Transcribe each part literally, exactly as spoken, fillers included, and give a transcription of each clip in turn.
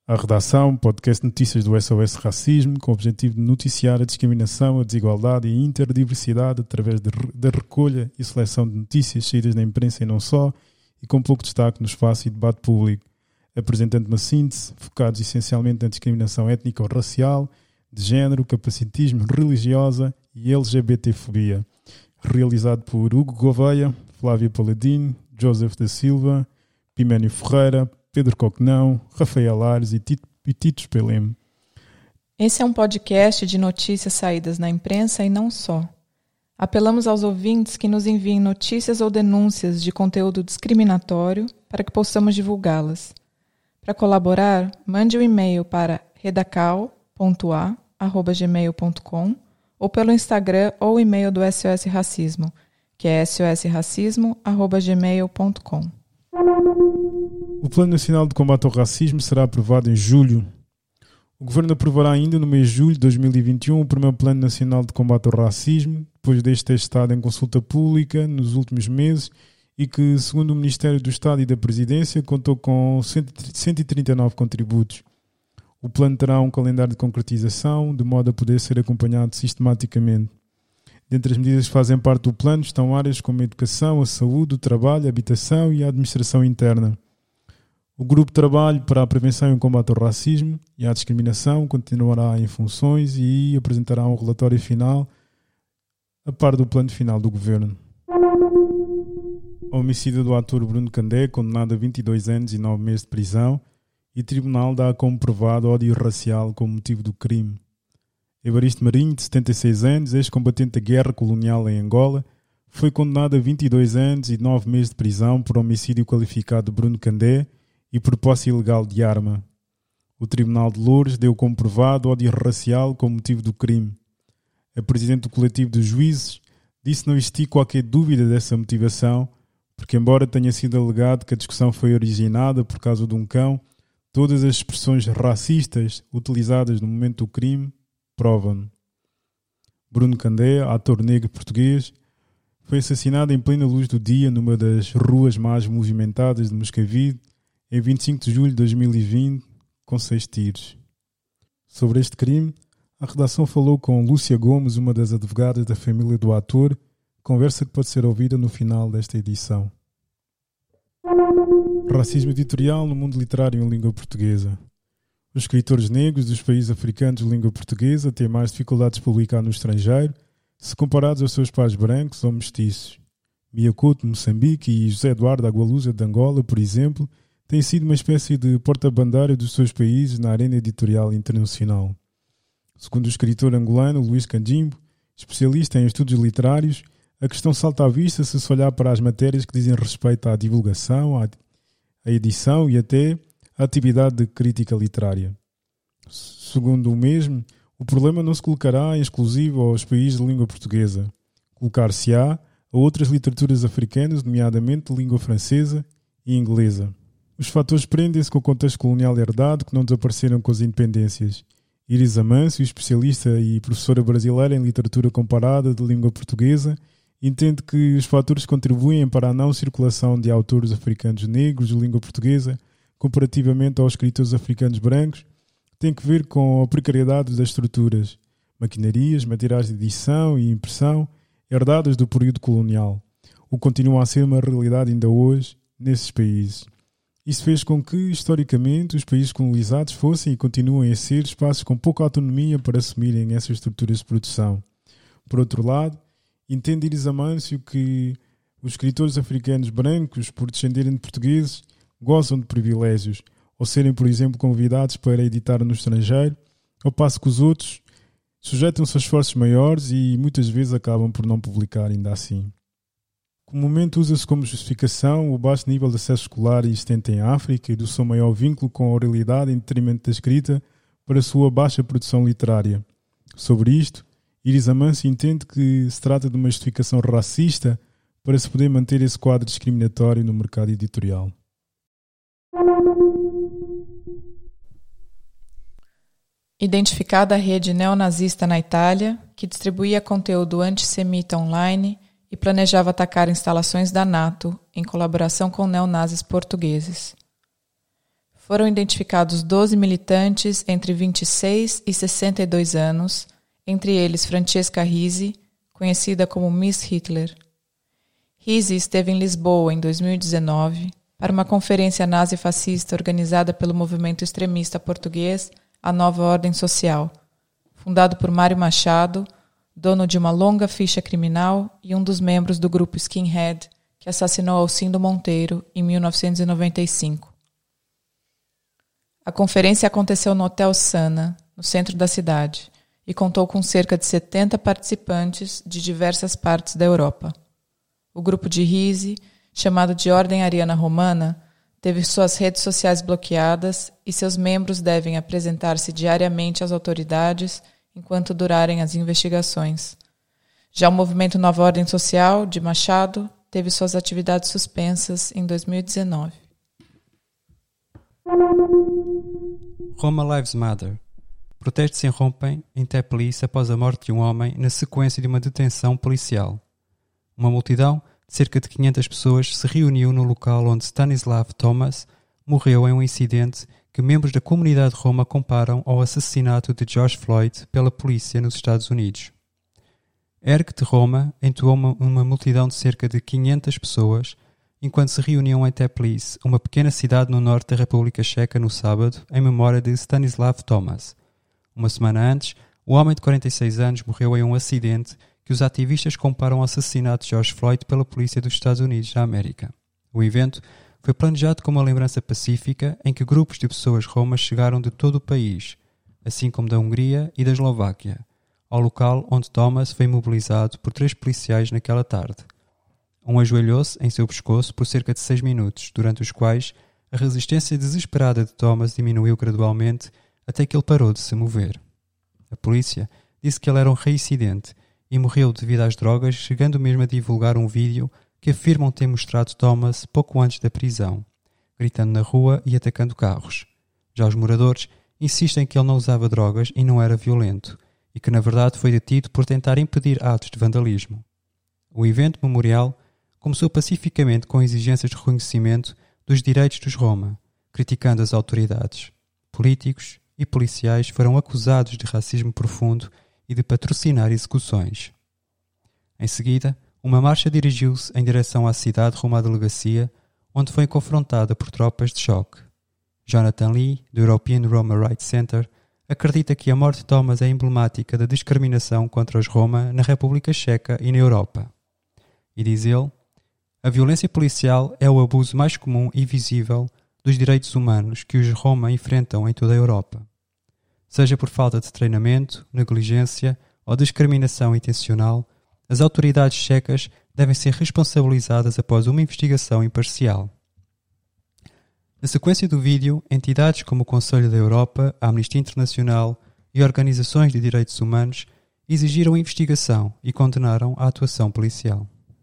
A redação, podcast notícias do S O S Racismo, com o objetivo de noticiar a discriminação, a desigualdade e a interdiversidade através de, da recolha e seleção de notícias saídas na imprensa e não só, e com pouco destaque no espaço e debate público, apresentando uma síntese focados essencialmente na discriminação étnica ou racial, de género, capacitismo, religiosa e L G B T fobia. Realizado por Hugo Gouveia, Flávio Paladino, Joseph da Silva, Piménio Ferreira, Pedro Coquenão, Rafael Ares e Tito, e Tito Spelem. Esse é um podcast de notícias saídas na imprensa e não só. Apelamos aos ouvintes que nos enviem notícias ou denúncias de conteúdo discriminatório para que possamos divulgá-las. Para colaborar, mande um e-mail para redacal ponto a arroba gmail ponto com ou pelo Instagram ou e-mail do S O S Racismo, que é sosracismo arroba gmail ponto com. O Plano Nacional de Combate ao Racismo será aprovado em julho. O Governo aprovará ainda no mês de julho de dois mil e vinte e um o primeiro Plano Nacional de Combate ao Racismo, depois deste ter estado em consulta pública nos últimos meses e que, segundo o Ministério do Estado e da Presidência, contou com cento e trinta e nove contributos. O plano terá um calendário de concretização, de modo a poder ser acompanhado sistematicamente. Dentre as medidas que fazem parte do plano estão áreas como a educação, a saúde, o trabalho, a habitação e a administração interna. O Grupo de Trabalho para a Prevenção e o Combate ao Racismo e à Discriminação continuará em funções e apresentará um relatório final a par do plano final do Governo. O homicídio do ator Bruno Candé, condenado a vinte e dois anos e nove meses de prisão, e o Tribunal dá como provado ódio racial como motivo do crime. Evaristo Marinho, de setenta e seis anos, ex-combatente da guerra colonial em Angola, foi condenado a vinte e dois anos e nove meses de prisão por homicídio qualificado de Bruno Candé e por posse ilegal de arma. O Tribunal de Loures deu como provado ódio racial como motivo do crime. A presidente do coletivo de juízes disse não existir qualquer dúvida dessa motivação, porque embora tenha sido alegado que a discussão foi originada por causa de um cão, todas as expressões racistas utilizadas no momento do crime provam. Bruno Candé, ator negro português, foi assassinado em plena luz do dia numa das ruas mais movimentadas de Moscavide em vinte e cinco de julho de dois mil e vinte, com seis tiros. Sobre este crime, a redação falou com Lúcia Gomes, uma das advogadas da família do ator, conversa que pode ser ouvida no final desta edição. Racismo editorial no mundo literário em língua portuguesa. Os escritores negros dos países africanos de língua portuguesa têm mais dificuldades de publicar no estrangeiro se comparados aos seus pais brancos ou mestiços. Mia Couto, de Moçambique, e José Eduardo Agualusa, de Angola, por exemplo, têm sido uma espécie de porta-bandeira dos seus países na arena editorial internacional. Segundo o escritor angolano Luís Candimbo, especialista em estudos literários, a questão salta à vista se se olhar para as matérias que dizem respeito à divulgação, à edição e até à atividade de crítica literária. Segundo o mesmo, o problema não se colocará em exclusivo aos países de língua portuguesa. Colocar-se-á a outras literaturas africanas, nomeadamente de língua francesa e inglesa. Os fatores prendem-se com o contexto colonial herdado que não desapareceram com as independências. Iris Amâncio, especialista e professora brasileira em literatura comparada de língua portuguesa, entende que os fatores que contribuem para a não circulação de autores africanos negros de língua portuguesa, comparativamente aos escritores africanos brancos, têm que ver com a precariedade das estruturas, maquinarias, materiais de edição e impressão herdadas do período colonial, o que continua a ser uma realidade ainda hoje nesses países. Isso fez com que, historicamente, os países colonizados fossem e continuem a ser espaços com pouca autonomia para assumirem essas estruturas de produção. Por outro lado, entende Iris Amâncio que os escritores africanos brancos, por descenderem de portugueses, gozam de privilégios, ou serem, por exemplo, convidados para editar no estrangeiro, ao passo que os outros sujeitam-se a esforços maiores e muitas vezes acabam por não publicar ainda assim. Comumente usa-se como justificação o baixo nível de acesso escolar existente em África e do seu maior vínculo com a oralidade em detrimento da escrita para a sua baixa produção literária. Sobre isto, Iris Amâncio entende que se trata de uma justificação racista para se poder manter esse quadro discriminatório no mercado editorial. Identificada a rede neonazista na Itália, que distribuía conteúdo antissemita online e planejava atacar instalações da NATO em colaboração com neonazis portugueses. foram identificados doze militantes entre vinte e seis e sessenta e dois anos, entre eles Francesca Risi, conhecida como Miss Hitler. Risi esteve em Lisboa em dois mil e dezenove para uma conferência nazi-fascista organizada pelo movimento extremista português A Nova Ordem Social, fundado por Mário Machado, dono de uma longa ficha criminal e um dos membros do grupo Skinhead, que assassinou Alcindo Monteiro em mil novecentos e noventa e cinco. A conferência aconteceu no Hotel Sana, no centro da cidade, e contou com cerca de setenta participantes de diversas partes da Europa. O grupo de Risi, chamado de Ordem Ariana Romana, teve suas redes sociais bloqueadas e seus membros devem apresentar-se diariamente às autoridades enquanto durarem as investigações. Já o movimento Nova Ordem Social, de Machado, teve suas atividades suspensas em dois mil e dezenove. Roma Lives Matter. Protestos se irrompem em Teplice após a morte de um homem na sequência de uma detenção policial. Uma multidão de cerca de quinhentas pessoas se reuniu no local onde Stanislav Tomas morreu em um incidente que membros da comunidade Roma comparam ao assassinato de George Floyd pela polícia nos Estados Unidos. Erg de Roma entoou uma, uma multidão de cerca de quinhentas pessoas enquanto se reuniam em Teplice, uma pequena cidade no norte da República Checa, no sábado, em memória de Stanislav Tomas. Uma semana antes, o homem de quarenta e seis anos morreu em um acidente que os ativistas comparam ao assassinato de George Floyd pela polícia dos Estados Unidos da América. O evento foi planejado como uma lembrança pacífica em que grupos de pessoas romas chegaram de todo o país, assim como da Hungria e da Eslováquia, ao local onde Thomas foi mobilizado por três policiais naquela tarde. Um ajoelhou-se em seu pescoço por cerca de seis minutos, durante os quais a resistência desesperada de Thomas diminuiu gradualmente até que ele parou de se mover. A polícia disse que ele era um reincidente e morreu devido às drogas, chegando mesmo a divulgar um vídeo que afirmam ter mostrado Thomas pouco antes da prisão, gritando na rua e atacando carros. Já os moradores insistem que ele não usava drogas e não era violento, e que na verdade foi detido por tentar impedir atos de vandalismo. O evento memorial começou pacificamente com exigências de reconhecimento dos direitos dos Roma, criticando as autoridades. Políticos e policiais foram acusados de racismo profundo e de patrocinar execuções. Em seguida, uma marcha dirigiu-se em direção à cidade rumo à delegacia, onde foi confrontada por tropas de choque. Jonathan Lee, do European Roma Rights Center, acredita que a morte de Thomas é emblemática da discriminação contra os Roma na República Checa e na Europa. E diz ele, a violência policial é o abuso mais comum e visível dos direitos humanos que os Roma enfrentam em toda a Europa. Seja por falta de treinamento, negligência ou discriminação intencional, as autoridades checas devem ser responsabilizadas após uma investigação imparcial. Na sequência do vídeo, entidades como o Conselho da Europa, a Amnistia Internacional e organizações de direitos humanos exigiram a investigação e condenaram a atuação policial.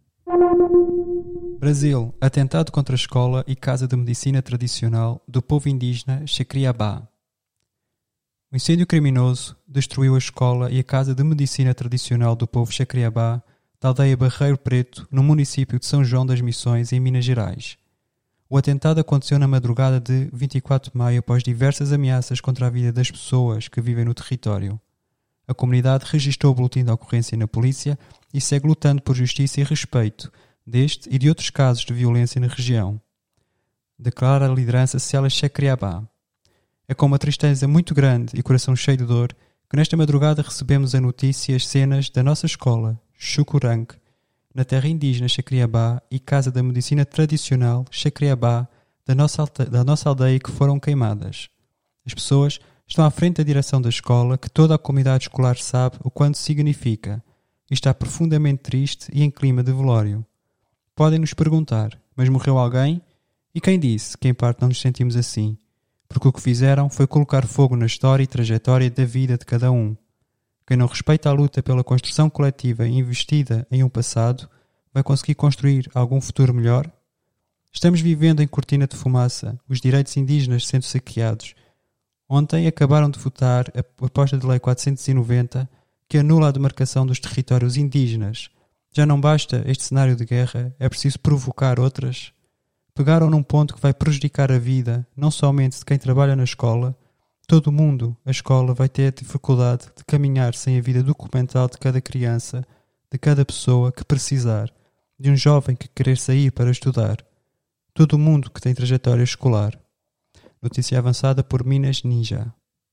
Brasil. Atentado contra a escola e casa de medicina tradicional do povo indígena Xacriabá. O incêndio criminoso destruiu a escola e a casa de medicina tradicional do povo Xacriabá da aldeia Barreiro Preto, no município de São João das Missões, em Minas Gerais. O atentado aconteceu na madrugada de vinte e quatro de maio após diversas ameaças contra a vida das pessoas que vivem no território. A comunidade registrou o boletim de ocorrência na polícia e segue lutando por justiça e respeito deste e de outros casos de violência na região. Declara a liderança Célia Xacriabá. É com uma tristeza muito grande e coração cheio de dor que nesta madrugada recebemos a notícia e as cenas da nossa escola, Xucurang, na terra indígena Xacriabá e Casa da Medicina Tradicional Xacriabá da nossa, da nossa aldeia que foram queimadas. As pessoas estão à frente da direção da escola que toda a comunidade escolar sabe o quanto significa e está profundamente triste e em clima de velório. Podem nos perguntar, mas morreu alguém? E quem disse que em parte não nos sentimos assim? Porque o que fizeram foi colocar fogo na história e trajetória da vida de cada um. Quem não respeita a luta pela construção coletiva investida em um passado, vai conseguir construir algum futuro melhor? Estamos vivendo em cortina de fumaça, os direitos indígenas sendo saqueados. Ontem acabaram de votar a proposta de lei quatrocentos e noventa que anula a demarcação dos territórios indígenas. Já não basta este cenário de guerra, é preciso provocar outras? pegaram num ponto que vai prejudicar a vida, não somente de quem trabalha na escola. Todo mundo, a escola, vai ter a dificuldade de caminhar sem a vida documental de cada criança, de cada pessoa que precisar, de um jovem que querer sair para estudar. Todo mundo que tem trajetória escolar. Notícia avançada por Minas Ninja.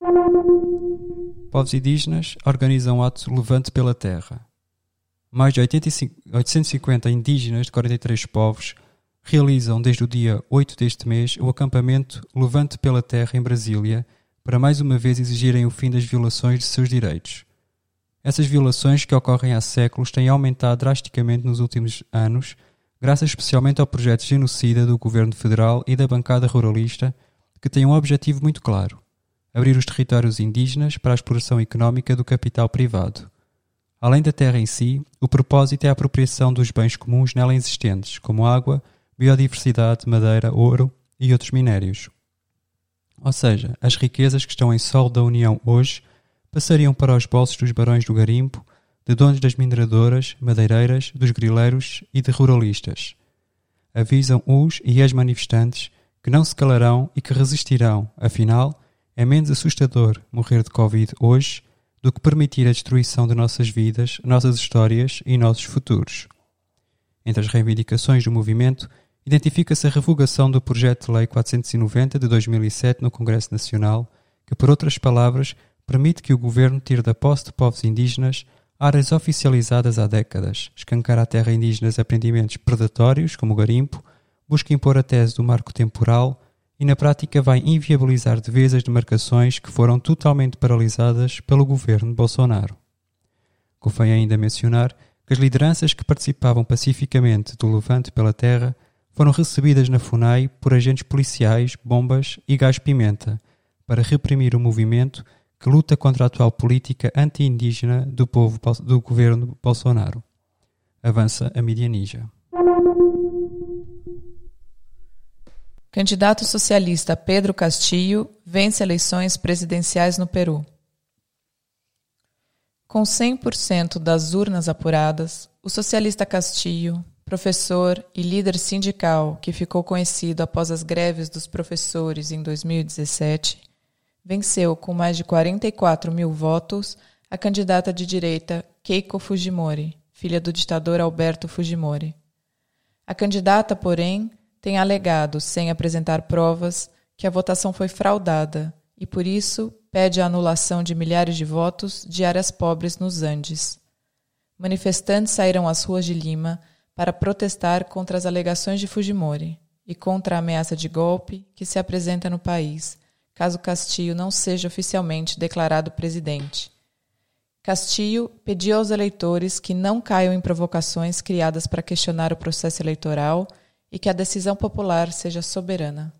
Povos indígenas organizam o ato Levante pela Terra. Mais de oitocentos e cinquenta indígenas de quarenta e três povos realizam desde o dia oito deste mês o acampamento Levante pela Terra em Brasília para mais uma vez exigirem o fim das violações de seus direitos. Essas violações que ocorrem há séculos têm aumentado drasticamente nos últimos anos, graças especialmente ao projeto genocida do Governo Federal e da bancada ruralista, que tem um objetivo muito claro: abrir os territórios indígenas para a exploração económica do capital privado. Além da terra em si, o propósito é a apropriação dos bens comuns nela existentes, como água, biodiversidade, madeira, ouro e outros minérios. Ou seja, as riquezas que estão em solo da União hoje passariam para os bolsos dos barões do garimpo, de donos das mineradoras, madeireiras, dos grileiros e de ruralistas. Avisam os e as manifestantes que não se calarão e que resistirão, afinal, é menos assustador morrer de Covid hoje do que permitir a destruição de nossas vidas, nossas histórias e nossos futuros. Entre as reivindicações do movimento, identifica-se a revogação do Projeto de Lei quatrocentos e noventa de dois mil e sete no Congresso Nacional, que, por outras palavras, permite que o governo tire da posse de povos indígenas áreas oficializadas há décadas, escancar à terra indígenas aprendimentos predatórios, como o garimpo, busca impor a tese do marco temporal e, na prática, vai inviabilizar de vez as demarcações que foram totalmente paralisadas pelo governo Bolsonaro. Convém ainda mencionar que as lideranças que participavam pacificamente do Levante pela Terra foram recebidas na FUNAI por agentes policiais, bombas e gás-pimenta para reprimir o movimento que luta contra a atual política anti-indígena do povo do governo Bolsonaro. Avança a mídia ninja. Candidato socialista Pedro Castillo vence eleições presidenciais no Peru. Com cem por cento das urnas apuradas, o socialista Castillo, professor e líder sindical que ficou conhecido após as greves dos professores em dois mil e dezessete, venceu com mais de quarenta e quatro mil votos a candidata de direita Keiko Fujimori, filha do ditador Alberto Fujimori. A candidata, porém, tem alegado, sem apresentar provas, que a votação foi fraudada e, por isso, pede a anulação de milhares de votos de áreas pobres nos Andes. Manifestantes saíram às ruas de Lima para protestar contra as alegações de Fujimori e contra a ameaça de golpe que se apresenta no país, caso Castillo não seja oficialmente declarado presidente. Castillo pediu aos eleitores que não caiam em provocações criadas para questionar o processo eleitoral e que a decisão popular seja soberana.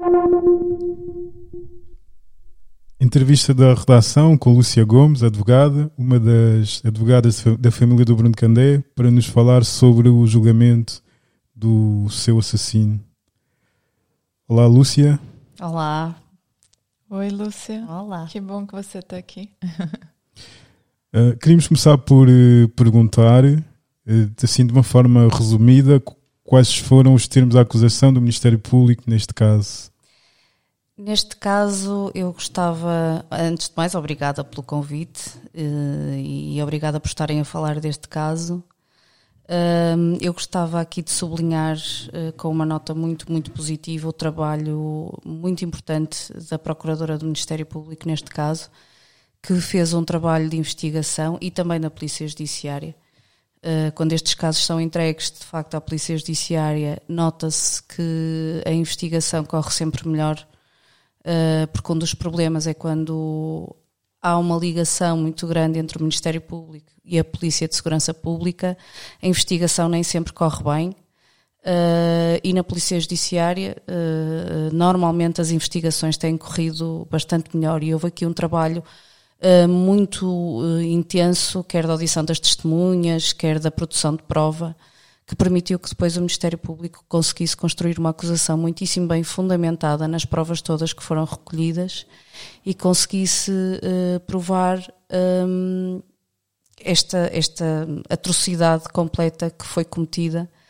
Entrevista da redação com Lúcia Gomes, advogada, uma das advogadas da família do Bruno Candé, para nos falar sobre o julgamento do seu assassino. Olá, Lúcia. Olá. Oi, Lúcia. Olá. Que bom que você está aqui. uh, queríamos começar por uh, perguntar, uh, assim de uma forma resumida, quais foram os termos da acusação do Ministério Público neste caso? Neste caso, eu gostava, antes de mais, obrigada pelo convite e obrigada por estarem a falar deste caso. Eu gostava aqui de sublinhar com uma nota muito, muito positiva o trabalho muito importante da Procuradora do Ministério Público neste caso, que fez um trabalho de investigação, e também da Polícia Judiciária. Quando estes casos são entregues, de facto, à Polícia Judiciária, nota-se que a investigação corre sempre melhor, porque um dos problemas é quando há uma ligação muito grande entre o Ministério Público e a Polícia de Segurança Pública, a investigação nem sempre corre bem, e na Polícia Judiciária normalmente as investigações têm corrido bastante melhor, e houve aqui um trabalho muito intenso, quer da audição das testemunhas, quer da produção de prova, que permitiu que depois o Ministério Público conseguisse construir uma acusação muitíssimo bem fundamentada nas provas todas que foram recolhidas e conseguisse uh, provar um, esta, esta atrocidade completa que foi cometida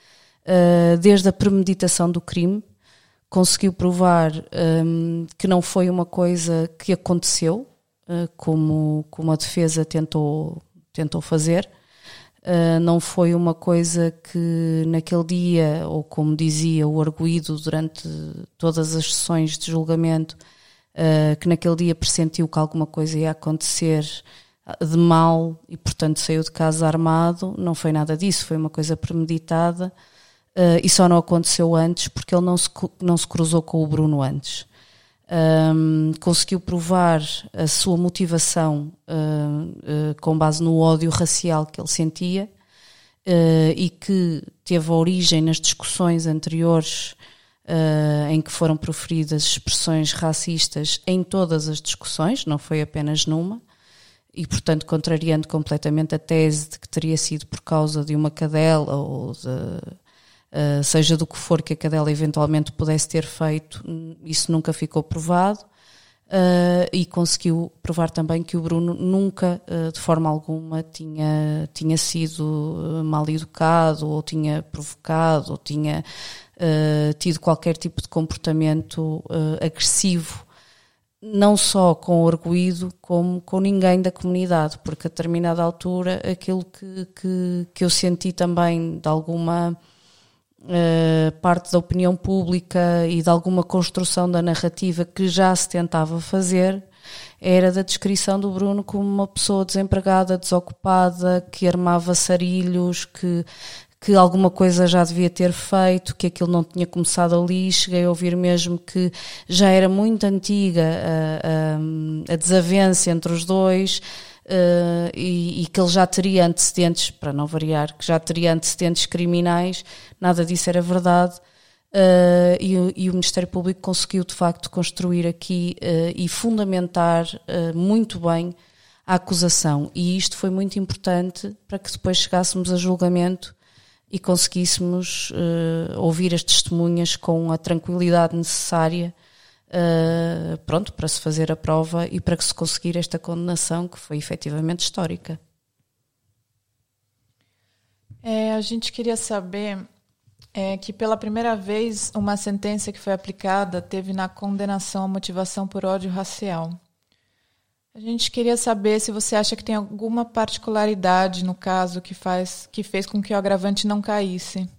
uh, desde a premeditação do crime, conseguiu provar um, que não foi uma coisa que aconteceu, uh, como, como a defesa tentou, tentou fazer. Uh, não foi uma coisa que naquele dia, ou como dizia o arguido durante todas as sessões de julgamento, uh, que naquele dia pressentiu que alguma coisa ia acontecer de mal e portanto saiu de casa armado. Não foi nada disso, foi uma coisa premeditada, uh, e só não aconteceu antes porque ele não se, não se cruzou com o Bruno antes. Um, conseguiu provar a sua motivação uh, uh, com base no ódio racial que ele sentia, uh, e que teve origem nas discussões anteriores uh, em que foram proferidas expressões racistas em todas as discussões, não foi apenas numa, e portanto contrariando completamente a tese de que teria sido por causa de uma cadela ou de Uh, seja do que for que a cadela eventualmente pudesse ter feito, isso nunca ficou provado, uh, e conseguiu provar também que o Bruno nunca, uh, de forma alguma, tinha, tinha sido mal educado, ou tinha provocado, ou tinha uh, tido qualquer tipo de comportamento uh, agressivo, não só com o arguido, como com ninguém da comunidade, porque a determinada altura aquilo que, que, que eu senti também de alguma Uh, parte da opinião pública e de alguma construção da narrativa que já se tentava fazer era da descrição do Bruno como uma pessoa desempregada, desocupada, que armava sarilhos, que, que alguma coisa já devia ter feito, que aquilo não tinha começado ali. Cheguei a ouvir mesmo que já era muito antiga a, a, a desavença entre os dois. Uh, e, e que ele já teria antecedentes, para não variar, que já teria antecedentes criminais. Nada disso era verdade, uh, e, e o Ministério Público conseguiu de facto construir aqui uh, e fundamentar uh, muito bem a acusação, e isto foi muito importante para que depois chegássemos a julgamento e conseguíssemos uh, ouvir as testemunhas com a tranquilidade necessária, Uh, pronto, para se fazer a prova e para que se conseguir esta condenação que foi efetivamente histórica. É, a gente queria saber é, que pela primeira vez uma sentença que foi aplicada teve na condenação a motivação por ódio racial. A gente queria saber se você acha que tem alguma particularidade no caso que, faz, que fez com que o agravante não caísse.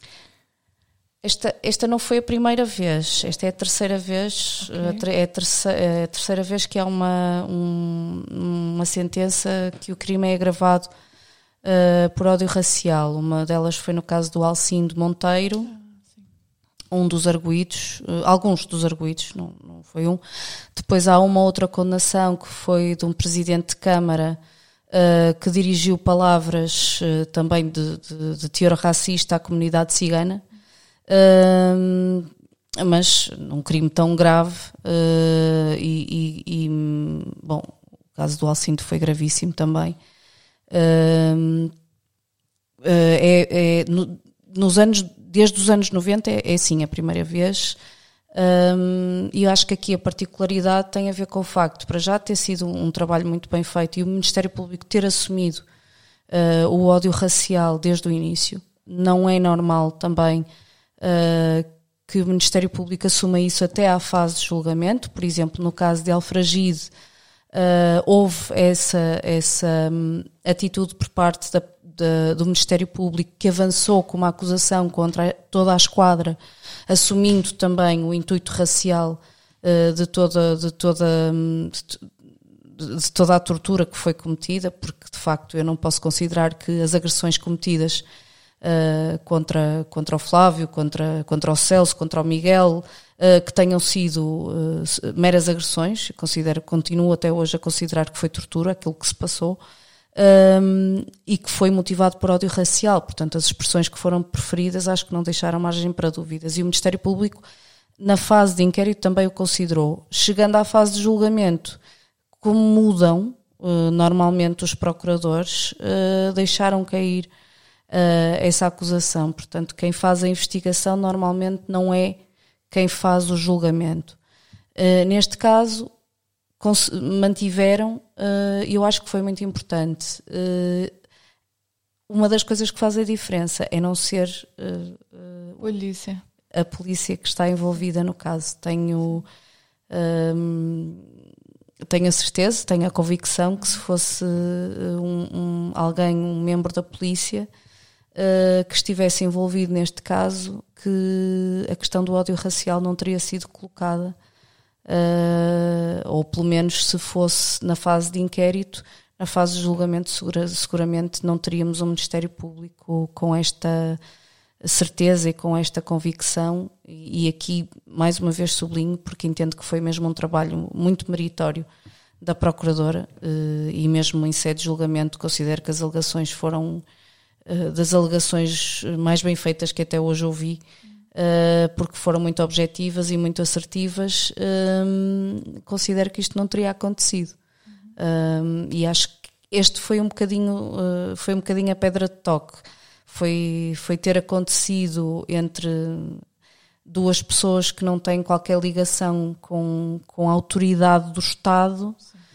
Esta, esta não foi a primeira vez, esta é a terceira vez, okay. é, a terceira, é a terceira vez que há uma, um, uma sentença que o crime é agravado uh, por ódio racial. Uma delas foi no caso do Alcindo Monteiro, ah, um dos arguidos, uh, alguns dos arguidos, não, não foi um. Depois há uma outra condenação que foi de um presidente de Câmara uh, que dirigiu palavras uh, também de, de, de teor racista à comunidade cigana. Uh, mas um crime tão grave, uh, e, e, e bom, o caso do Alcindo foi gravíssimo também. Uh, uh, é, é, no, nos anos, desde os anos noventa é, é sim a primeira vez, um, e eu acho que aqui a particularidade tem a ver com o facto, para já ter sido um, um trabalho muito bem feito e o Ministério Público ter assumido uh, o ódio racial desde o início. Não é normal também Uh, que o Ministério Público assuma isso até à fase de julgamento. Por exemplo, no caso de Alfragide, uh, houve essa, essa um, atitude por parte da, da, do Ministério Público, que avançou com uma acusação contra toda a esquadra, assumindo também o intuito racial uh, de, toda, de, toda, um, de, de toda a tortura que foi cometida, porque de facto eu não posso considerar que as agressões cometidas Uh, contra, contra o Flávio, contra, contra o Celso, contra o Miguel, uh, que tenham sido uh, meras agressões. Considero, continuo até hoje a considerar que foi tortura aquilo que se passou, um, e que foi motivado por ódio racial. Portanto, as expressões que foram preferidas acho que não deixaram margem para dúvidas, e o Ministério Público na fase de inquérito também o considerou. Chegando à fase de julgamento, como mudam uh, normalmente os procuradores, uh, deixaram cair Uh, essa acusação. Portanto, quem faz a investigação normalmente não é quem faz o julgamento. Uh, neste caso, mantiveram, e uh, eu acho que foi muito importante, uh, uma das coisas que faz a diferença é não ser uh, uh, polícia. a polícia que está envolvida no caso. Tenho, um, tenho a certeza, tenho a convicção que se fosse um, um, alguém, um membro da polícia uh, que estivesse envolvido neste caso, que a questão do ódio racial não teria sido colocada, uh, ou pelo menos se fosse na fase de inquérito, na fase de julgamento segura, seguramente não teríamos um Ministério Público com esta certeza e com esta convicção, e aqui mais uma vez sublinho porque entendo que foi mesmo um trabalho muito meritório da Procuradora, e mesmo em sede de julgamento considero que as alegações foram das alegações mais bem feitas que até hoje ouvi, porque foram muito objetivas e muito assertivas. Considero que isto não teria acontecido. Um, e acho que este foi um bocadinho uh, foi um bocadinho a pedra de toque, foi, foi ter acontecido entre duas pessoas que não têm qualquer ligação com, com a autoridade do Estado,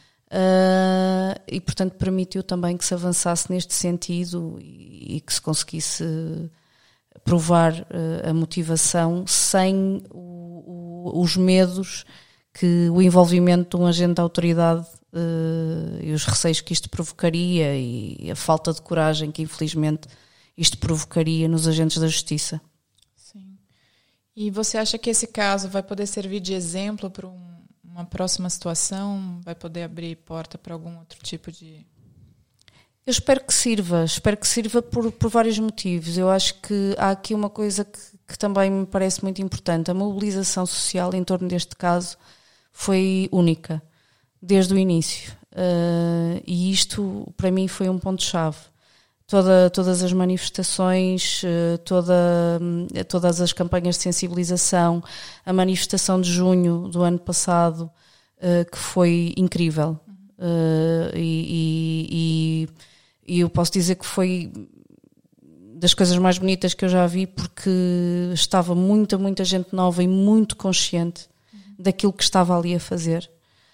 uh, e portanto permitiu também que se avançasse neste sentido e, e que se conseguisse provar uh, a motivação sem o, o, os medos que o envolvimento de um agente da autoridade Uh, e os receios que isto provocaria e a falta de coragem que infelizmente isto provocaria nos agentes da justiça. Sim. E você acha que esse caso vai poder servir de exemplo para um, uma próxima situação? Vai poder abrir porta para algum outro tipo de... Eu espero que sirva, espero que sirva por, por vários motivos. Eu acho que há aqui uma coisa que, que também me parece muito importante. A mobilização social em torno deste caso foi única desde o início, uh, e isto para mim foi um ponto-chave. Toda, todas as manifestações, uh, toda, uh, todas as campanhas de sensibilização, a manifestação de junho do ano passado, uh, que foi incrível, uh, e, e, e eu posso dizer que foi das coisas mais bonitas que eu já vi, porque estava muita, muita gente nova e muito consciente daquilo que estava ali a fazer.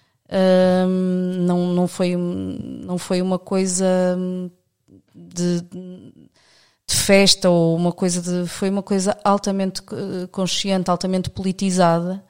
Um, não, não, foi, não foi uma coisa de, de festa ou uma coisa de, foi uma coisa altamente consciente, altamente politizada,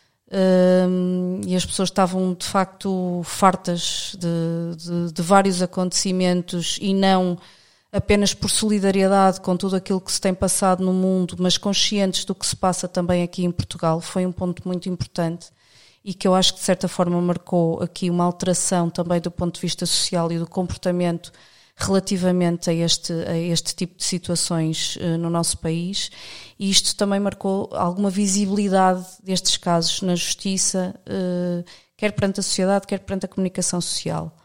um, e as pessoas estavam de facto fartas de, de, de vários acontecimentos, e não apenas por solidariedade com tudo aquilo que se tem passado no mundo, mas conscientes do que se passa também aqui em Portugal. Foi um ponto muito importante e que eu acho que de certa forma marcou aqui uma alteração também do ponto de vista social e do comportamento relativamente a este, a este tipo de situações uh, no nosso país, e isto também marcou alguma visibilidade destes casos na justiça, uh, quer perante a sociedade, quer perante a comunicação social.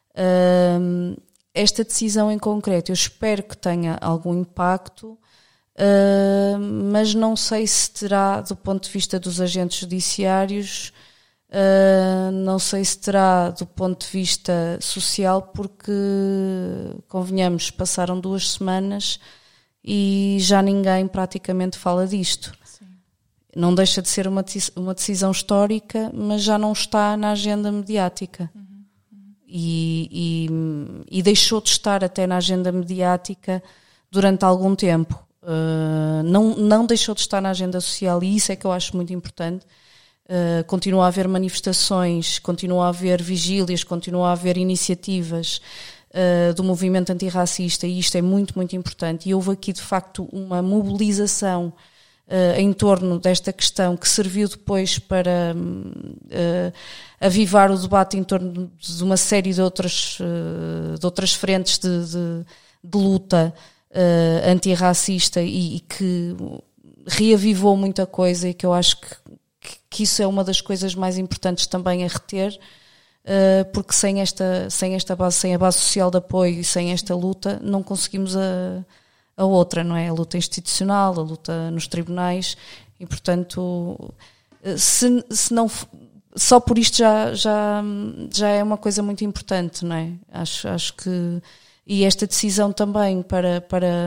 Uh, esta decisão em concreto eu espero que tenha algum impacto, uh, mas não sei se terá, do ponto de vista dos agentes judiciários, Uh, não sei se terá do ponto de vista social, porque, convenhamos, passaram duas semanas e já ninguém praticamente fala disto. Sim. Não deixa de ser uma, uma decisão histórica, mas já não está na agenda mediática. Uhum. Uhum. E, e, e deixou de estar até na agenda mediática durante algum tempo. Uh, não, não deixou de estar na agenda social, e isso é que eu acho muito importante. Uh, continua a haver manifestações, continua a haver vigílias, continua a haver iniciativas uh, do movimento antirracista, e isto é muito, muito importante. E houve aqui de facto uma mobilização uh, em torno desta questão, que serviu depois para uh, avivar o debate em torno de uma série de outras, uh, de outras frentes de, de, de luta uh, antirracista, e, e que reavivou muita coisa, e que eu acho que que isso é uma das coisas mais importantes também a reter, porque sem esta, sem esta base, sem a base social de apoio e sem esta luta, não conseguimos a, a outra, não é? A luta institucional, a luta nos tribunais, e portanto, se, se não, só por isto já, já, já é uma coisa muito importante, não é? Acho, acho que, e esta decisão também para... para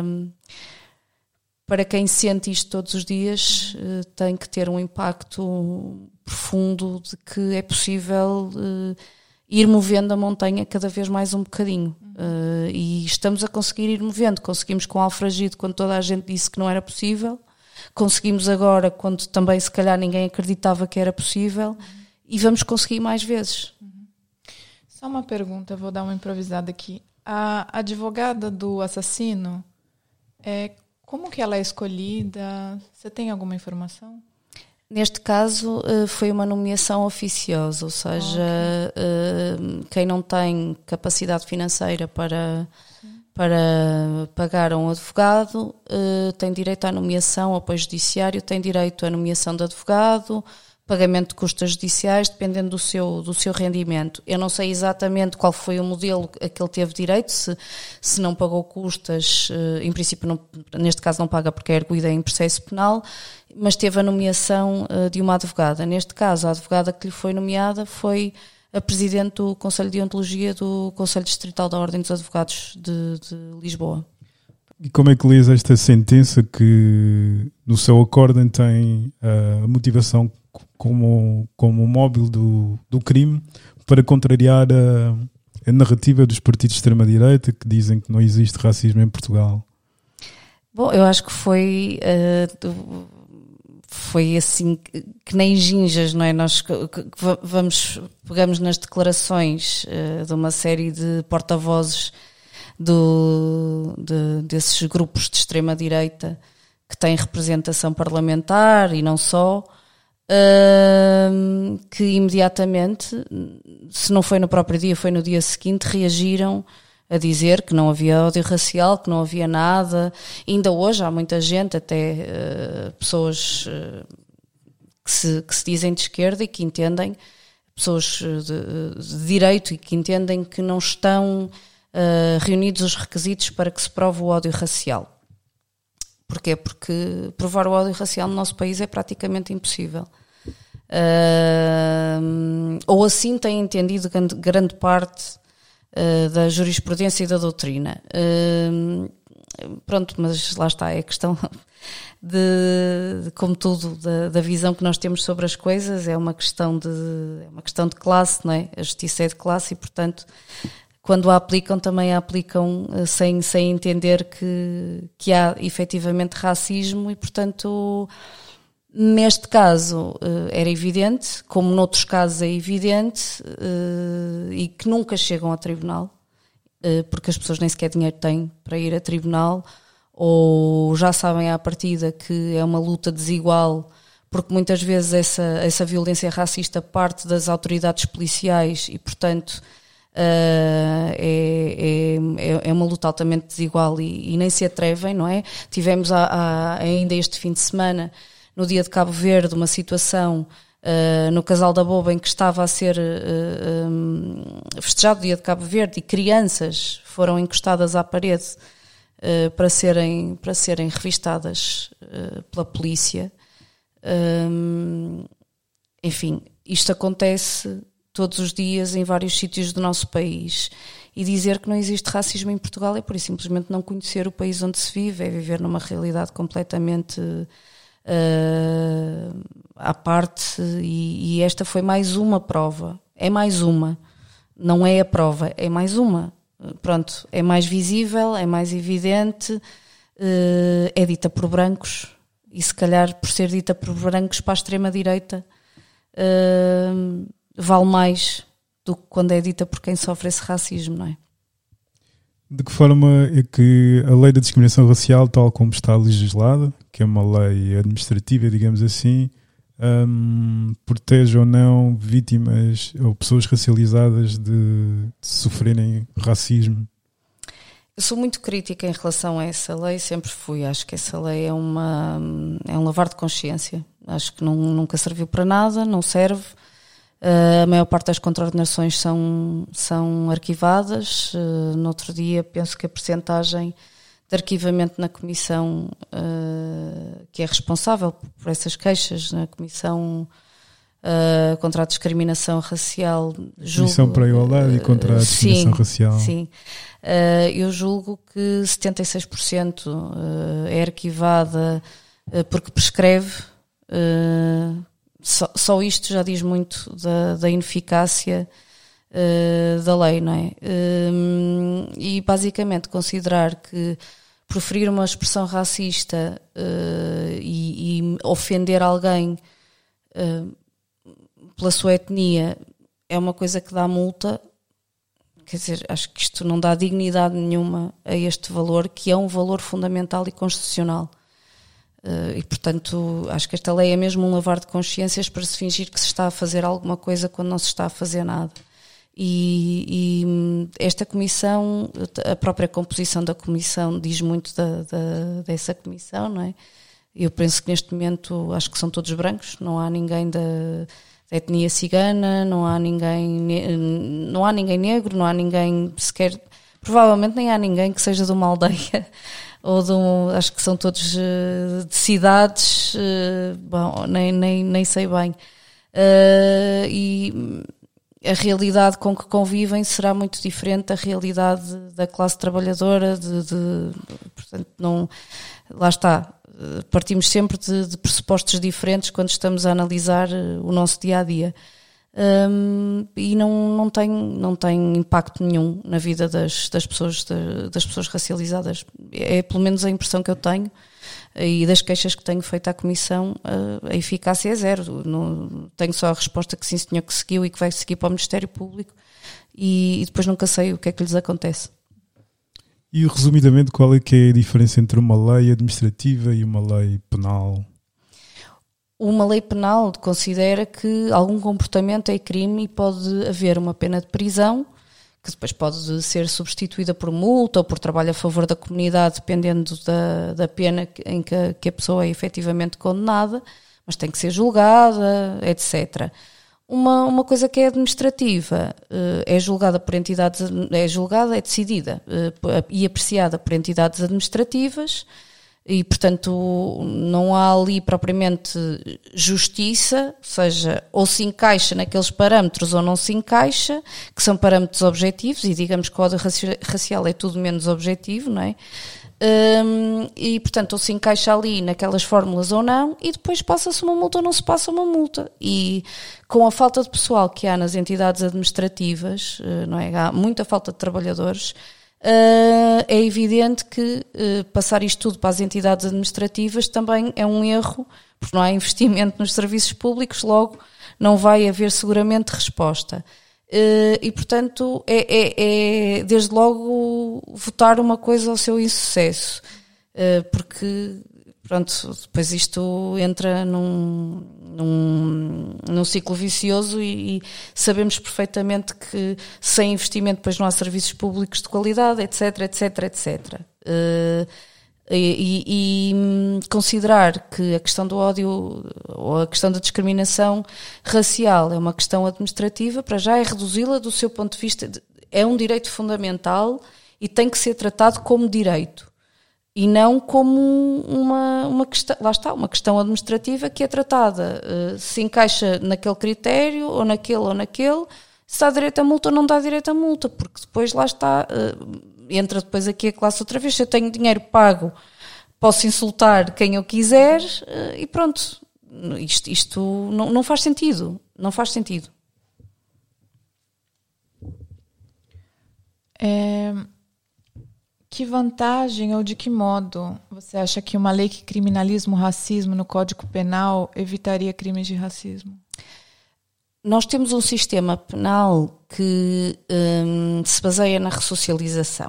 Para quem sente isto todos os dias, tem que ter um impacto profundo de que é possível ir movendo a montanha cada vez mais um bocadinho. Uh, e estamos a conseguir ir movendo. Conseguimos com Alfragide quando toda a gente disse que não era possível, conseguimos agora quando também se calhar ninguém acreditava que era possível, uhum. e vamos conseguir mais vezes. Uhum. Só uma pergunta, vou dar uma improvisada aqui. A advogada do assassino, é, como que ela é escolhida? Você tem alguma informação? Neste caso foi uma nomeação oficiosa, ou seja, okay. quem não tem capacidade financeira para, para pagar a um advogado tem direito à nomeação ao apoio judiciário, tem direito à nomeação de advogado, pagamento de custas judiciais, dependendo do seu, do seu rendimento. Eu não sei exatamente qual foi o modelo a que ele teve direito, se, se não pagou custas, em princípio, não, neste caso não paga porque é arguida em processo penal, mas teve a nomeação de uma advogada. Neste caso, a advogada que lhe foi nomeada foi a Presidente do Conselho de Deontologia do Conselho Distrital da Ordem dos Advogados de, de Lisboa. E como é que lês esta sentença que no seu acórdão tem a motivação como, como móvel do, do crime para contrariar a, a narrativa dos partidos de extrema-direita que dizem que não existe racismo em Portugal? Bom, eu acho que foi... Uh, foi assim que nem ginjas, não é? Nós vamos, pegamos nas declarações uh, de uma série de porta-vozes do, de, desses grupos de extrema-direita que têm representação parlamentar e não só, uh, que imediatamente, se não foi no próprio dia, foi no dia seguinte, reagiram a dizer que não havia ódio racial, que não havia nada. Ainda hoje há muita gente, até uh, pessoas uh, que, se, que se dizem de esquerda e que entendem, pessoas de, de direito e que entendem que não estão uh, reunidos os requisitos para que se prove o ódio racial. Porquê? Porque provar o ódio racial no nosso país é praticamente impossível. Uh, ou assim tem entendido grande, grande parte Uh, da jurisprudência e da doutrina. Uh, pronto, mas lá está, é questão de, de como tudo, da, da visão que nós temos sobre as coisas, é uma questão de, é uma questão de classe, não é? A justiça é de classe e, portanto, quando a aplicam, também a aplicam uh, sem, sem entender que, que há efetivamente racismo e, portanto... Neste caso era evidente, como noutros casos é evidente, e que nunca chegam a tribunal, porque as pessoas nem sequer dinheiro têm para ir a tribunal, ou já sabem à partida que é uma luta desigual, porque muitas vezes essa, essa violência racista parte das autoridades policiais e, portanto, é, é, é uma luta altamente desigual e, e nem se atrevem, não é? Tivemos a, a, ainda este fim de semana, no dia de Cabo Verde, uma situação uh, no Casal da Boba em que estava a ser uh, um, festejado o dia de Cabo Verde e crianças foram encostadas à parede uh, para, serem, para serem revistadas uh, pela polícia. Um, enfim, isto acontece todos os dias em vários sítios do nosso país. E dizer que não existe racismo em Portugal é por isso simplesmente não conhecer o país onde se vive, é viver numa realidade completamente... Uh, à parte e, e esta foi mais uma prova, é mais uma, não é a prova, é mais uma, pronto, é mais visível, é mais evidente, uh, é dita por brancos e se calhar por ser dita por brancos para a extrema-direita uh, vale mais do que quando é dita por quem sofre esse racismo, não é? De que forma é que a lei da discriminação racial, tal como está legislada, que é uma lei administrativa, digamos assim, um, protege ou não vítimas ou pessoas racializadas de, de sofrerem racismo? Eu sou muito crítica em relação a essa lei, sempre fui. Acho que essa lei é, uma, é um lavar de consciência. Acho que não, nunca serviu para nada, não serve. Uh, a maior parte das contraordenações são, são arquivadas. Uh, no outro dia penso que a percentagem de arquivamento na comissão uh, que é responsável por essas queixas, na comissão uh, contra a discriminação racial, julgo, comissão para a igualdade e contra a discriminação sim, racial. Sim, uh, eu julgo que setenta e seis por cento uh, é arquivada uh, porque prescreve. Uh, Só, só isto já diz muito da, da ineficácia uh, da lei, não é? Um, e basicamente considerar que proferir uma expressão racista uh, e, e ofender alguém uh, pela sua etnia é uma coisa que dá multa. Quer dizer, acho que isto não dá dignidade nenhuma a este valor, que é um valor fundamental e constitucional. Uh, e, portanto, acho que esta lei é mesmo um lavar de consciências para se fingir que se está a fazer alguma coisa quando não se está a fazer nada. E, e esta comissão, a própria composição da comissão diz muito da, da, dessa comissão, não é? Eu penso que neste momento, acho que são todos brancos, não há ninguém da... da etnia cigana, não há ninguém não há ninguém negro, não há ninguém sequer, provavelmente nem há ninguém que seja de uma aldeia ou de um, acho que são todos de cidades, bom, nem, nem, nem sei bem, uh, e a realidade com que convivem será muito diferente da realidade da classe trabalhadora, de, de, portanto não, lá está. Partimos sempre de, de pressupostos diferentes quando estamos a analisar o nosso dia-a-dia. Um, e não, não, tem, não tem impacto nenhum na vida das, das, pessoas, de, das pessoas racializadas. É pelo menos a impressão que eu tenho, e das queixas que tenho feito à Comissão, a eficácia é zero. Não, tenho só a resposta que sim senhor que seguiu e que vai seguir para o Ministério Público, e, e depois nunca sei o que é que lhes acontece. E, resumidamente, qual é que é a diferença entre uma lei administrativa e uma lei penal? Uma lei penal considera que algum comportamento é crime e pode haver uma pena de prisão, que depois pode ser substituída por multa ou por trabalho a favor da comunidade, dependendo da, da pena em que a, que a pessoa é efetivamente condenada, mas tem que ser julgada, etcétera. Uma, uma coisa que é administrativa, é julgada por entidades, é julgada, é decidida e apreciada por entidades administrativas, e portanto não há ali propriamente justiça, ou seja, ou se encaixa naqueles parâmetros ou não se encaixa, que são parâmetros objetivos, e digamos que o código racial é tudo menos objetivo, não é? Um, e portanto ou se encaixa ali naquelas fórmulas ou não, e depois passa-se uma multa ou não se passa uma multa. E com a falta de pessoal que há nas entidades administrativas, não é? Há muita falta de trabalhadores, uh, é evidente que uh, passar isto tudo para as entidades administrativas também é um erro, porque não há investimento nos serviços públicos, logo não vai haver seguramente resposta. Uh, e portanto é, é, é desde logo votar uma coisa ao seu insucesso, uh, porque pronto, depois isto entra num, num, num ciclo vicioso, e, e sabemos perfeitamente que sem investimento depois não há serviços públicos de qualidade, etc, etc, etcétera. Uh, E, e, e considerar que a questão do ódio ou a questão da discriminação racial é uma questão administrativa, para já é reduzi-la do seu ponto de vista, de, é um direito fundamental e tem que ser tratado como direito e não como uma, uma questão, lá está, uma questão administrativa que é tratada, uh, se encaixa naquele critério ou naquele ou naquele, se dá direito a multa ou não dá direito a multa, porque depois lá está... Uh, entra depois aqui a classe outra vez, se eu tenho dinheiro pago, posso insultar quem eu quiser e pronto. Isto, isto não, não faz sentido. Não faz sentido. É, que vantagem ou de que modo você acha que uma lei que criminaliza o racismo no Código Penal evitaria crimes de racismo? Nós temos um sistema penal que hum, se baseia na ressocialização,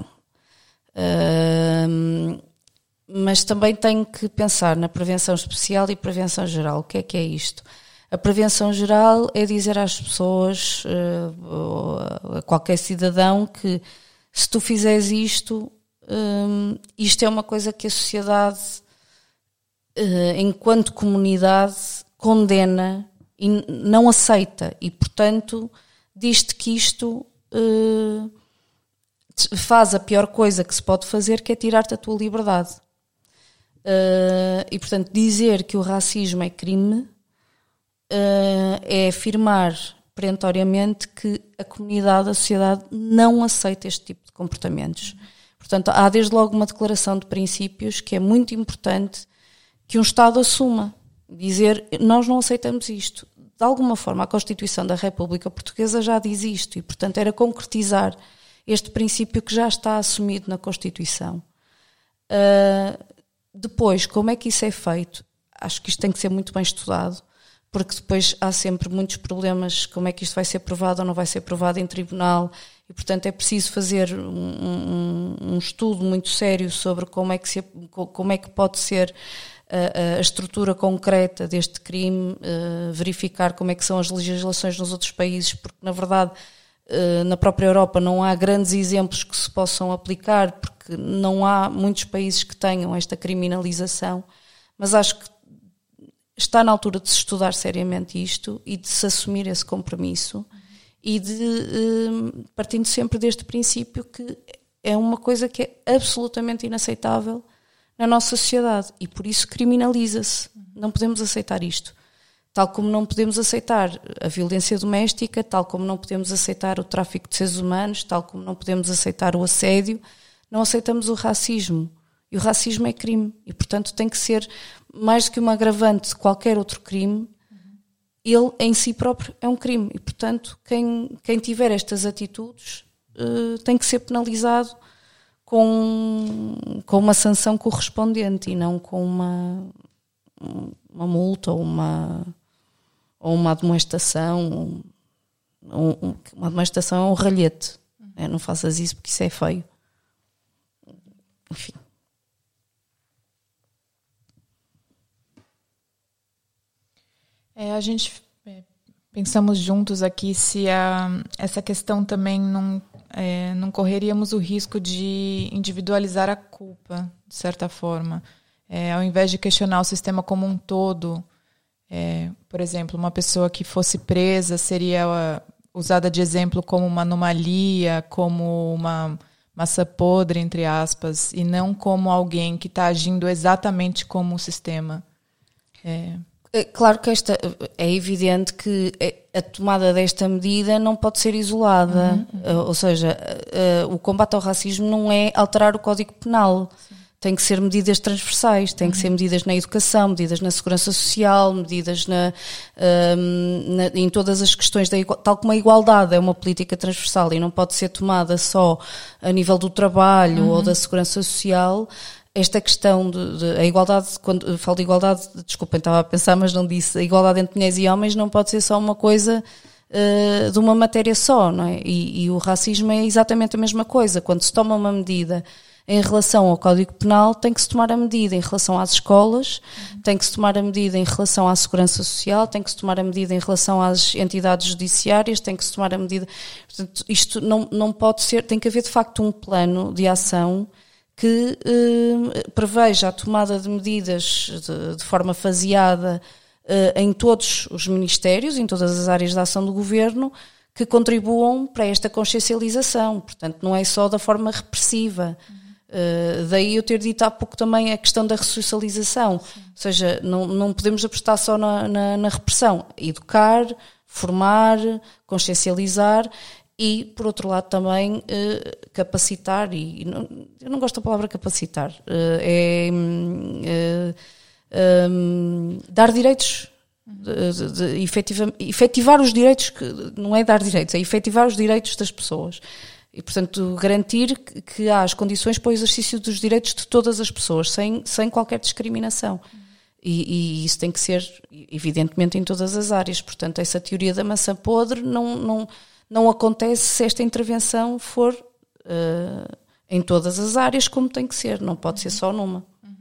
hum, mas também tem que pensar na prevenção especial e prevenção geral. O que é que é isto? A prevenção geral é dizer às pessoas, uh, a qualquer cidadão, que se tu fizeres isto, hum, isto é uma coisa que a sociedade, uh, enquanto comunidade, condena e não aceita, e portanto diz-te que isto uh, faz a pior coisa que se pode fazer, que é tirar-te a tua liberdade. Uh, e portanto dizer que o racismo é crime uh, é afirmar perentoriamente que a comunidade, a sociedade não aceita este tipo de comportamentos. Portanto, há desde logo uma declaração de princípios que é muito importante que um Estado assuma. Dizer, nós não aceitamos isto. de alguma forma, a Constituição da República Portuguesa já diz isto e, portanto, era concretizar este princípio que já está assumido na Constituição. Uh, depois, como é que isso é feito? Acho que isto tem que ser muito bem estudado, porque depois há sempre muitos problemas, como é que isto vai ser provado ou não vai ser provado em tribunal, e portanto é preciso fazer um, um, um estudo muito sério sobre como é que, se, como é que pode ser a, a estrutura concreta deste crime, uh, verificar como é que são as legislações nos outros países, porque na verdade uh, na própria Europa não há grandes exemplos que se possam aplicar, porque não há muitos países que tenham esta criminalização, mas acho que está na altura de se estudar seriamente isto e de se assumir esse compromisso e de, uh, partindo sempre deste princípio que é uma coisa que é absolutamente inaceitável na nossa sociedade e por isso criminaliza-se. Não podemos aceitar isto. Tal como não podemos aceitar a violência doméstica, tal como não podemos aceitar o tráfico de seres humanos, tal como não podemos aceitar o assédio, não aceitamos o racismo. E o racismo é crime. E, portanto, tem que ser, mais do que uma agravante de qualquer outro crime, ele em si próprio é um crime. E, portanto, quem, quem tiver estas atitudes uh, tem que ser penalizado com, com uma sanção correspondente e não com uma, uma multa ou uma, ou uma admoestação. Ou, uma admoestação é um ralhete. É, não faças isso porque isso é feio. Enfim. É, a gente é, pensamos juntos aqui se a, essa questão também não, é, não correríamos o risco de individualizar a culpa, de certa forma. É, ao invés de questionar o sistema como um todo, é, por exemplo, uma pessoa que fosse presa seria uh, usada de exemplo como uma anomalia, como uma maçã podre, entre aspas, e não como alguém que está agindo exatamente como o sistema. É... Claro que esta, é evidente que a tomada desta medida não pode ser isolada, uhum, uhum. Ou seja, o combate ao racismo não é alterar o Código Penal. Sim. Tem que ser medidas transversais, tem uhum. que ser medidas na educação, medidas na segurança social, medidas na, um, na, em todas as questões, da igual, tal como a igualdade é uma política transversal e não pode ser tomada só a nível do trabalho uhum. ou da segurança social. Esta questão de, de a igualdade, quando falo de igualdade, desculpem, estava a pensar, mas não disse, a igualdade entre mulheres e homens não pode ser só uma coisa uh, de uma matéria só, não é? E, e o racismo é exatamente a mesma coisa. Quando se toma uma medida em relação ao Código Penal, tem que se tomar a medida em relação às escolas, uhum. tem que se tomar a medida em relação à segurança social, tem que se tomar a medida em relação às entidades judiciárias, tem que se tomar a medida... Portanto, isto não, não pode ser... Tem que haver, de facto, um plano de ação que eh, preveja a tomada de medidas de, de forma faseada eh, em todos os ministérios, em todas as áreas de ação do governo, que contribuam para esta consciencialização. Portanto, não é só da forma repressiva. Uhum. Uh, daí eu ter dito há pouco também a questão da ressocialização. Sim. Ou seja, não, não podemos apostar só na, na, na repressão. Educar, formar, consciencializar e, por outro lado, também uh, capacitar. E, não, eu não gosto da palavra capacitar. Uh, é uh, um, dar direitos. De, de, de efetivar, efetivar os direitos, que não é dar direitos, é efetivar os direitos das pessoas. E, portanto, garantir que, que há as condições para o exercício dos direitos de todas as pessoas, sem, sem qualquer discriminação. E, e isso tem que ser, evidentemente, em todas as áreas. Portanto, essa teoria da maçã podre não, não, não acontece se esta intervenção for uh, em todas as áreas, como tem que ser. Não pode ser só numa.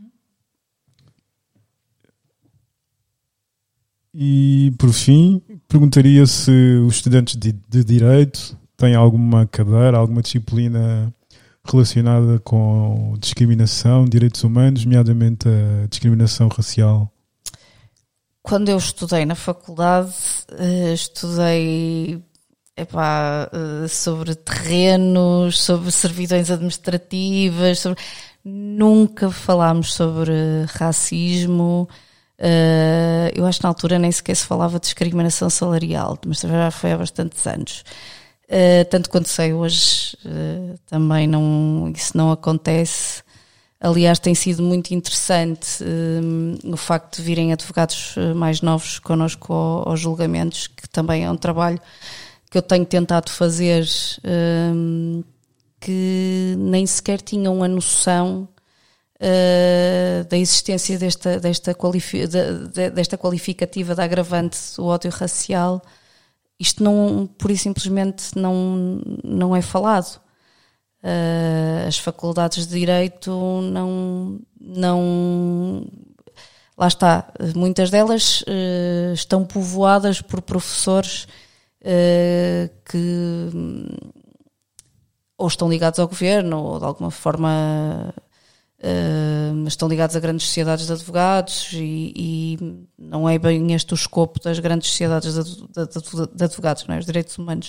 E, por fim, perguntaria se os estudantes de, de Direito têm alguma cadeira, alguma disciplina relacionada com discriminação, direitos humanos, nomeadamente a discriminação racial. Quando eu estudei na faculdade, estudei epá, sobre terrenos, sobre servidões administrativas, sobre... nunca falámos sobre racismo. Uh, eu acho que na altura nem sequer se falava de discriminação salarial, mas já foi há bastantes anos. Uh, tanto quanto sei hoje, uh, também não, isso não acontece. Aliás, tem sido muito interessante um, o facto de virem advogados mais novos connosco aos julgamentos, que também é um trabalho que eu tenho tentado fazer, um, que nem sequer tinham a noção uh, da existência desta, desta, qualifi- de, desta qualificativa da agravante do ódio racial. Isto não, pura e simplesmente não, não é falado. Uh, as faculdades de Direito não, não... Lá está, muitas delas uh, estão povoadas por professores uh, que ou estão ligados ao governo ou de alguma forma uh, estão ligados a grandes sociedades de advogados e, e não é bem este o escopo das grandes sociedades de, de, de, de advogados, não é? Os direitos humanos.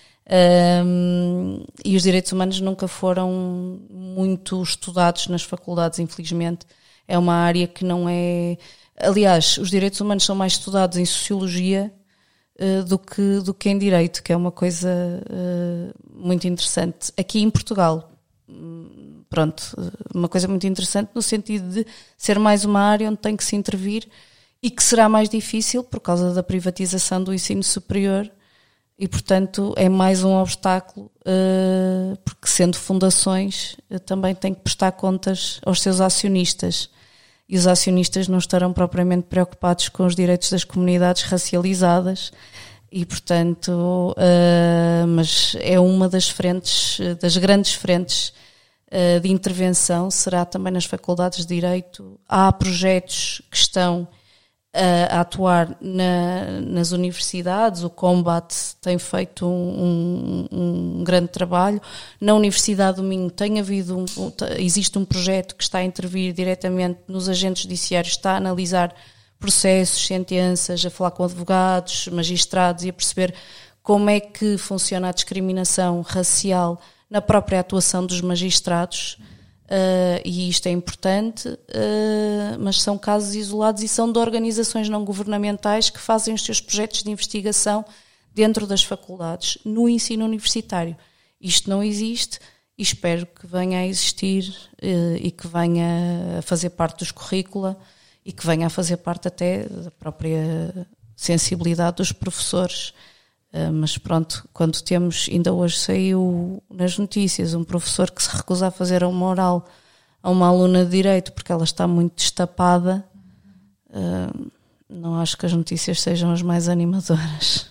Um, e os direitos humanos nunca foram muito estudados nas faculdades, infelizmente. É uma área que não é... Aliás, os direitos humanos são mais estudados em sociologia uh, do, que, do que em direito, que é uma coisa uh, muito interessante. Aqui em Portugal, pronto, uma coisa muito interessante no sentido de ser mais uma área onde tem que se intervir e que será mais difícil por causa da privatização do ensino superior. E, portanto, é mais um obstáculo, uh, porque sendo fundações, uh, também têm que prestar contas aos seus acionistas. E os acionistas não estarão propriamente preocupados com os direitos das comunidades racializadas. E, portanto, uh, mas é uma das frentes, das grandes frentes uh, de intervenção, será também nas faculdades de Direito. Há projetos que estão a atuar na, nas universidades. O Combat tem feito um, um, um grande trabalho. Na Universidade do Minho tem havido um, existe um projeto que está a intervir diretamente nos agentes judiciários, está a analisar processos, sentenças, a falar com advogados, magistrados e a perceber como é que funciona a discriminação racial na própria atuação dos magistrados. Uh, e isto é importante, uh, mas são casos isolados e são de organizações não governamentais que fazem os seus projetos de investigação dentro das faculdades, no ensino universitário. Isto não existe e espero que venha a existir uh, e que venha a fazer parte dos currícula e que venha a fazer parte até da própria sensibilidade dos professores. Uh, mas pronto, quando temos, ainda hoje saiu nas notícias, um professor que se recusa a fazer uma oral a uma aluna de Direito porque ela está muito destapada, uh, não acho que as notícias sejam as mais animadoras.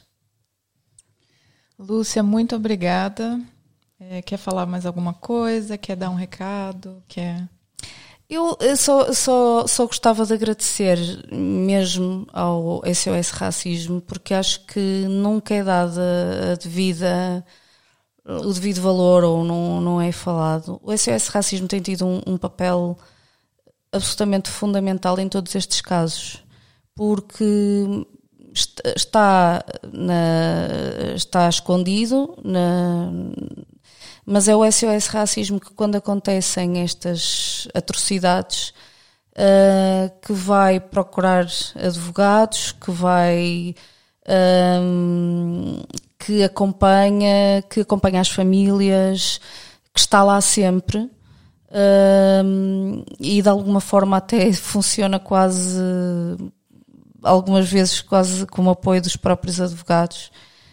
Lúcia, muito obrigada. É, quer falar mais alguma coisa? Quer dar um recado? Quer... Eu só, só, só gostava de agradecer mesmo ao S O S Racismo, porque acho que nunca é dada a devida, o devido valor ou não, não é falado. O S O S Racismo tem tido um, um papel absolutamente fundamental em todos estes casos, porque está, na, está escondido na... Mas é o S O S Racismo que, quando acontecem estas atrocidades, uh, que vai procurar advogados, que vai um, que acompanha, que acompanha as famílias, que está lá sempre, um, e de alguma forma até funciona quase, algumas vezes quase como apoio dos próprios advogados.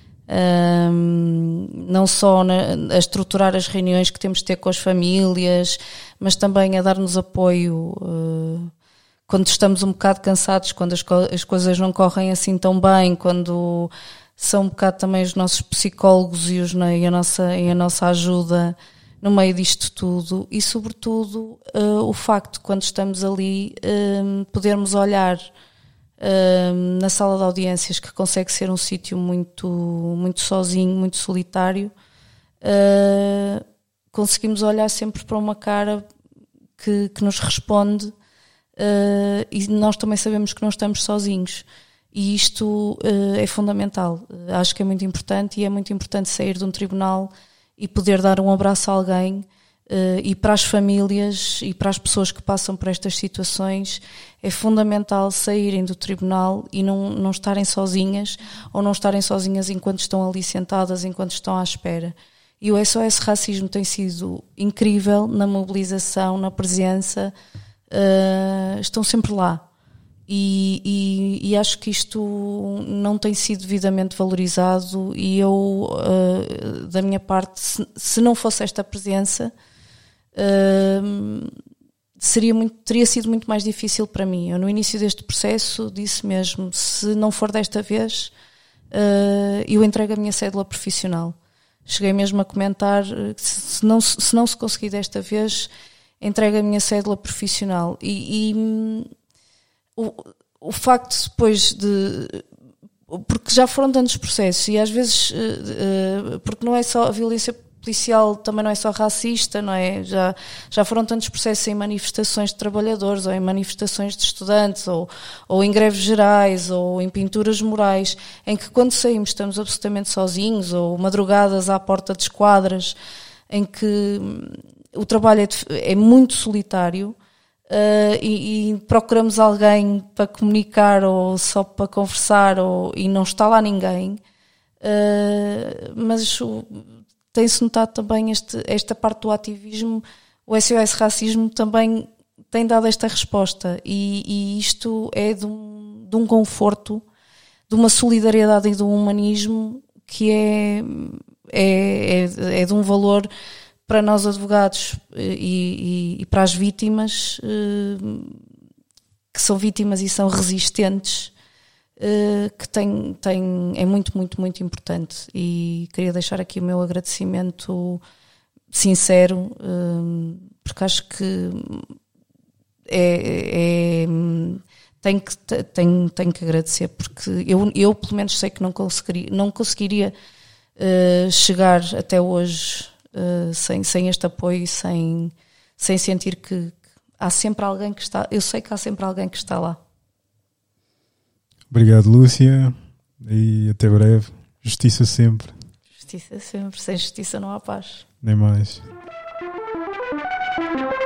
Um, não só na, a estruturar as reuniões que temos de ter com as famílias, mas também a dar-nos apoio uh, quando estamos um bocado cansados, quando as, co- as coisas não correm assim tão bem, quando são um bocado também os nossos psicólogos e, os, e, a, nossa, e a nossa ajuda no meio disto tudo, e sobretudo uh, o facto de, quando estamos ali, uh, podermos olhar Uh, na sala de audiências, que consegue ser um sítio muito, muito sozinho, muito solitário, uh, conseguimos olhar sempre para uma cara que, que nos responde, uh, e nós também sabemos que não estamos sozinhos, e isto uh, é fundamental. Uh, acho que é muito importante, e é muito importante sair de um tribunal e poder dar um abraço a alguém. Uh, e para as famílias e para as pessoas que passam por estas situações é fundamental saírem do tribunal e não, não estarem sozinhas, ou não estarem sozinhas enquanto estão ali sentadas, enquanto estão à espera. E o S O S Racismo tem sido incrível na mobilização, na presença, uh, estão sempre lá. E, e, e acho que isto não tem sido devidamente valorizado e eu, uh, da minha parte, se, se não fosse esta presença, uh, seria muito, teria sido muito mais difícil para mim. Eu, no início deste processo, disse mesmo, se não for desta vez, uh, eu entrego a minha cédula profissional. Cheguei mesmo a comentar que se não se, não se conseguir desta vez, entrego a minha cédula profissional. E... e O, o facto depois de... Porque já foram tantos processos e às vezes... Uh, porque não é só a violência policial, também não é só racista, não é? Já, já foram tantos processos em manifestações de trabalhadores ou em manifestações de estudantes ou, ou em greves gerais ou em pinturas murais, em que quando saímos estamos absolutamente sozinhos, ou madrugadas à porta de esquadras, em que o trabalho é, de, é muito solitário. Uh, e, e procuramos alguém para comunicar ou só para conversar ou, e não está lá ninguém, uh, mas o, tem-se notado também este, esta parte do ativismo. O S O S Racismo também tem dado esta resposta e, e isto é de um, de um conforto, de uma solidariedade e de um humanismo que é, é, é, é de um valor para nós advogados e, e, e para as vítimas, que são vítimas e são resistentes, que tem, tem, é muito, muito, muito importante. E queria deixar aqui o meu agradecimento sincero, porque acho que é, é, tenho, que, tenho, tenho que agradecer, porque eu, eu pelo menos sei que não conseguiria, não conseguiria chegar até hoje Uh, sem, sem este apoio, sem, sem sentir que, que há sempre alguém que está, eu sei que há sempre alguém que está lá. Obrigado, Lúcia, e até breve. Justiça sempre. Justiça sempre, sem justiça não há paz. Nem mais.